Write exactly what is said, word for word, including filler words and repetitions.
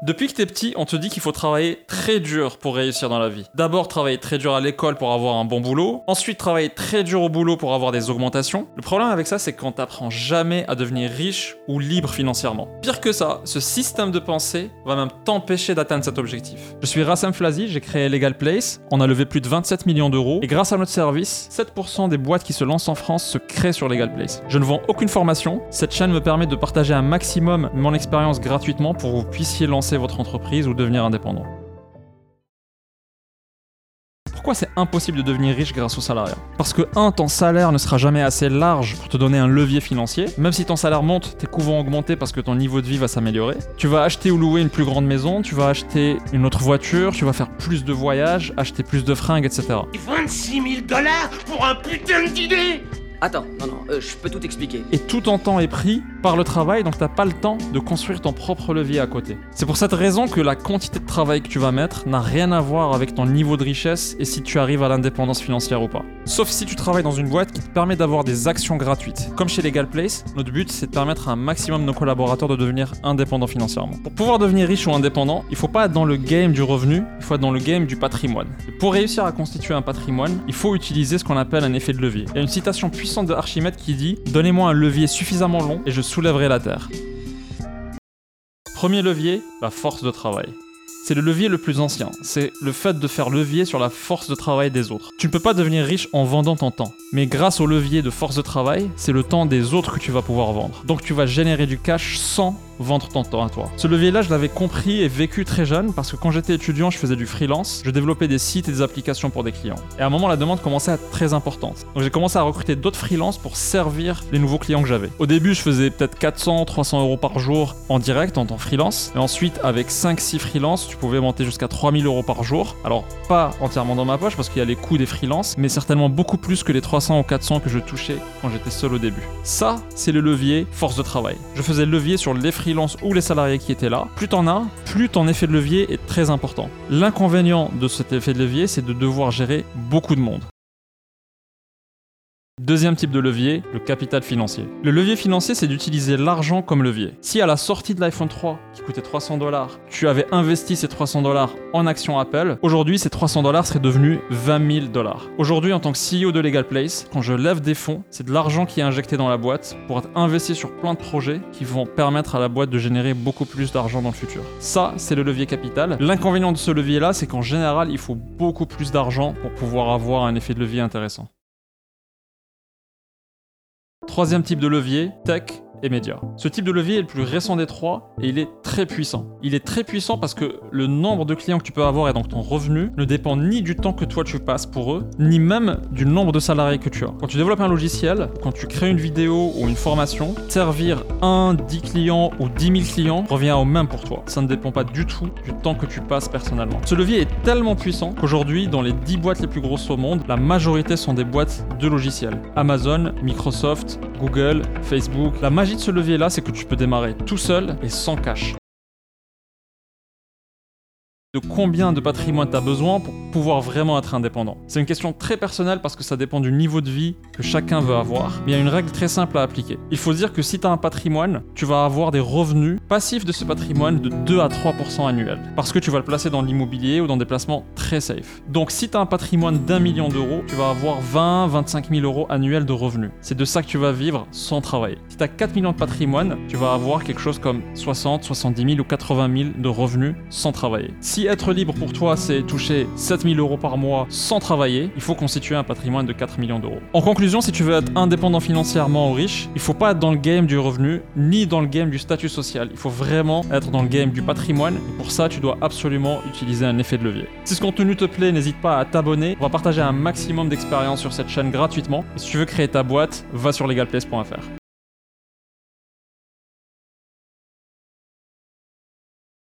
Depuis que t'es petit, on te dit qu'il faut travailler très dur pour réussir dans la vie. D'abord, travailler très dur à l'école pour avoir un bon boulot. Ensuite, travailler très dur au boulot pour avoir des augmentations. Le problème avec ça, c'est qu'on t'apprend jamais à devenir riche ou libre financièrement. Pire que ça, ce système de pensée va même t'empêcher d'atteindre cet objectif. Je suis Rassem Flazi, j'ai créé Legal Place. On a levé plus de vingt-sept millions d'euros. Et grâce à notre service, sept pour cent des boîtes qui se lancent en France se créent sur Legal Place. Je ne vends aucune formation. Cette chaîne me permet de partager un maximum mon expérience gratuitement pour que vous puissiez lancer votre entreprise ou devenir indépendant. Pourquoi c'est impossible de devenir riche grâce au salariat? Parce que un, ton salaire ne sera jamais assez large pour te donner un levier financier. Même si ton salaire monte, tes coûts vont augmenter parce que ton niveau de vie va s'améliorer. Tu vas acheter ou louer une plus grande maison, tu vas acheter une autre voiture, tu vas faire plus de voyages, acheter plus de fringues, et cetera. vingt-six mille dollars pour un putain d'idée! Attends, non, non, euh, je peux tout expliquer. Et tout ton temps est pris par le travail, donc t'as pas le temps de construire ton propre levier à côté. C'est pour cette raison que la quantité de travail que tu vas mettre n'a rien à voir avec ton niveau de richesse et si tu arrives à l'indépendance financière ou pas. Sauf si tu travailles dans une boîte qui te permet d'avoir des actions gratuites. Comme chez Legal Place, notre but c'est de permettre à un maximum de nos collaborateurs de devenir indépendants financièrement. Pour pouvoir devenir riche ou indépendant, il faut pas être dans le game du revenu, il faut être dans le game du patrimoine. Et pour réussir à constituer un patrimoine, il faut utiliser ce qu'on appelle un effet de levier. Il y a une citation puissante de Archimède qui dit « Donnez-moi un levier suffisamment long et je soulèverai la terre ». Premier levier, la force de travail. C'est le levier le plus ancien, c'est le fait de faire levier sur la force de travail des autres. Tu ne peux pas devenir riche en vendant ton temps, mais grâce au levier de force de travail, c'est le temps des autres que tu vas pouvoir vendre. Donc tu vas générer du cash sans vendre ton temps à toi. Ce levier-là, je l'avais compris et vécu très jeune parce que quand j'étais étudiant, je faisais du freelance, je développais des sites et des applications pour des clients. Et à un moment, la demande commençait à être très importante. Donc j'ai commencé à recruter d'autres freelances pour servir les nouveaux clients que j'avais. Au début, je faisais peut-être quatre cents, trois cents euros par jour en direct en tant que freelance. Et ensuite, avec cinq six freelances, tu pouvais monter jusqu'à trois mille euros par jour. Alors, pas entièrement dans ma poche parce qu'il y a les coûts des freelances, mais certainement beaucoup plus que les trois cents ou quatre cents que je touchais quand j'étais seul au début. Ça, c'est le levier force de travail. Je faisais le levier sur les freelances ou les salariés qui étaient là. Plus t'en as, plus ton effet de levier est très important. L'inconvénient de cet effet de levier, c'est de devoir gérer beaucoup de monde. Deuxième type de levier, le capital financier. Le levier financier, c'est d'utiliser l'argent comme levier. Si à la sortie de l'iPhone trois, qui coûtait trois cents dollars, tu avais investi ces trois cents dollars en actions Apple, aujourd'hui, ces trois cents dollars seraient devenus vingt mille dollars. Aujourd'hui, en tant que C E O de Legal Place, quand je lève des fonds, c'est de l'argent qui est injecté dans la boîte pour être investi sur plein de projets qui vont permettre à la boîte de générer beaucoup plus d'argent dans le futur. Ça, c'est le levier capital. L'inconvénient de ce levier-là, c'est qu'en général, il faut beaucoup plus d'argent pour pouvoir avoir un effet de levier intéressant. Troisième type de levier, tech et médias. Ce type de levier est le plus récent des trois et il est très puissant. Il est très puissant parce que le nombre de clients que tu peux avoir et donc ton revenu ne dépend ni du temps que toi tu passes pour eux, ni même du nombre de salariés que tu as. Quand tu développes un logiciel, quand tu crées une vidéo ou une formation, servir un, dix clients ou dix mille clients revient au même pour toi. Ça ne dépend pas du tout du temps que tu passes personnellement. Ce levier est tellement puissant qu'aujourd'hui, dans les dix boîtes les plus grosses au monde, la majorité sont des boîtes de logiciels. Amazon, Microsoft, Google, Facebook. La magie de ce levier-là, c'est que tu peux démarrer tout seul et sans cash. De combien de patrimoine tu as besoin pour pouvoir vraiment être indépendant? C'est une question très personnelle parce que ça dépend du niveau de vie que chacun veut avoir, mais il y a une règle très simple à appliquer. Il faut dire que si tu as un patrimoine, tu vas avoir des revenus passifs de ce patrimoine de deux à trois pour cent annuels, parce que tu vas le placer dans l'immobilier ou dans des placements très safe. Donc si tu as un patrimoine d'un million d'euros, tu vas avoir vingt à vingt-cinq mille euros annuels de revenus. C'est de ça que tu vas vivre sans travailler. Si tu as quatre millions de patrimoine, tu vas avoir quelque chose comme soixante, soixante-dix mille ou quatre-vingt mille de revenus sans travailler. Si être libre pour toi, c'est toucher sept mille euros par mois sans travailler, il faut constituer un patrimoine de quatre millions d'euros. En conclusion, si tu veux être indépendant financièrement ou riche, il faut pas être dans le game du revenu, ni dans le game du statut social. Il faut vraiment être dans le game du patrimoine, et pour ça, tu dois absolument utiliser un effet de levier. Si ce contenu te plaît, n'hésite pas à t'abonner. On va partager un maximum d'expériences sur cette chaîne gratuitement. Et si tu veux créer ta boîte, va sur legal place point f r.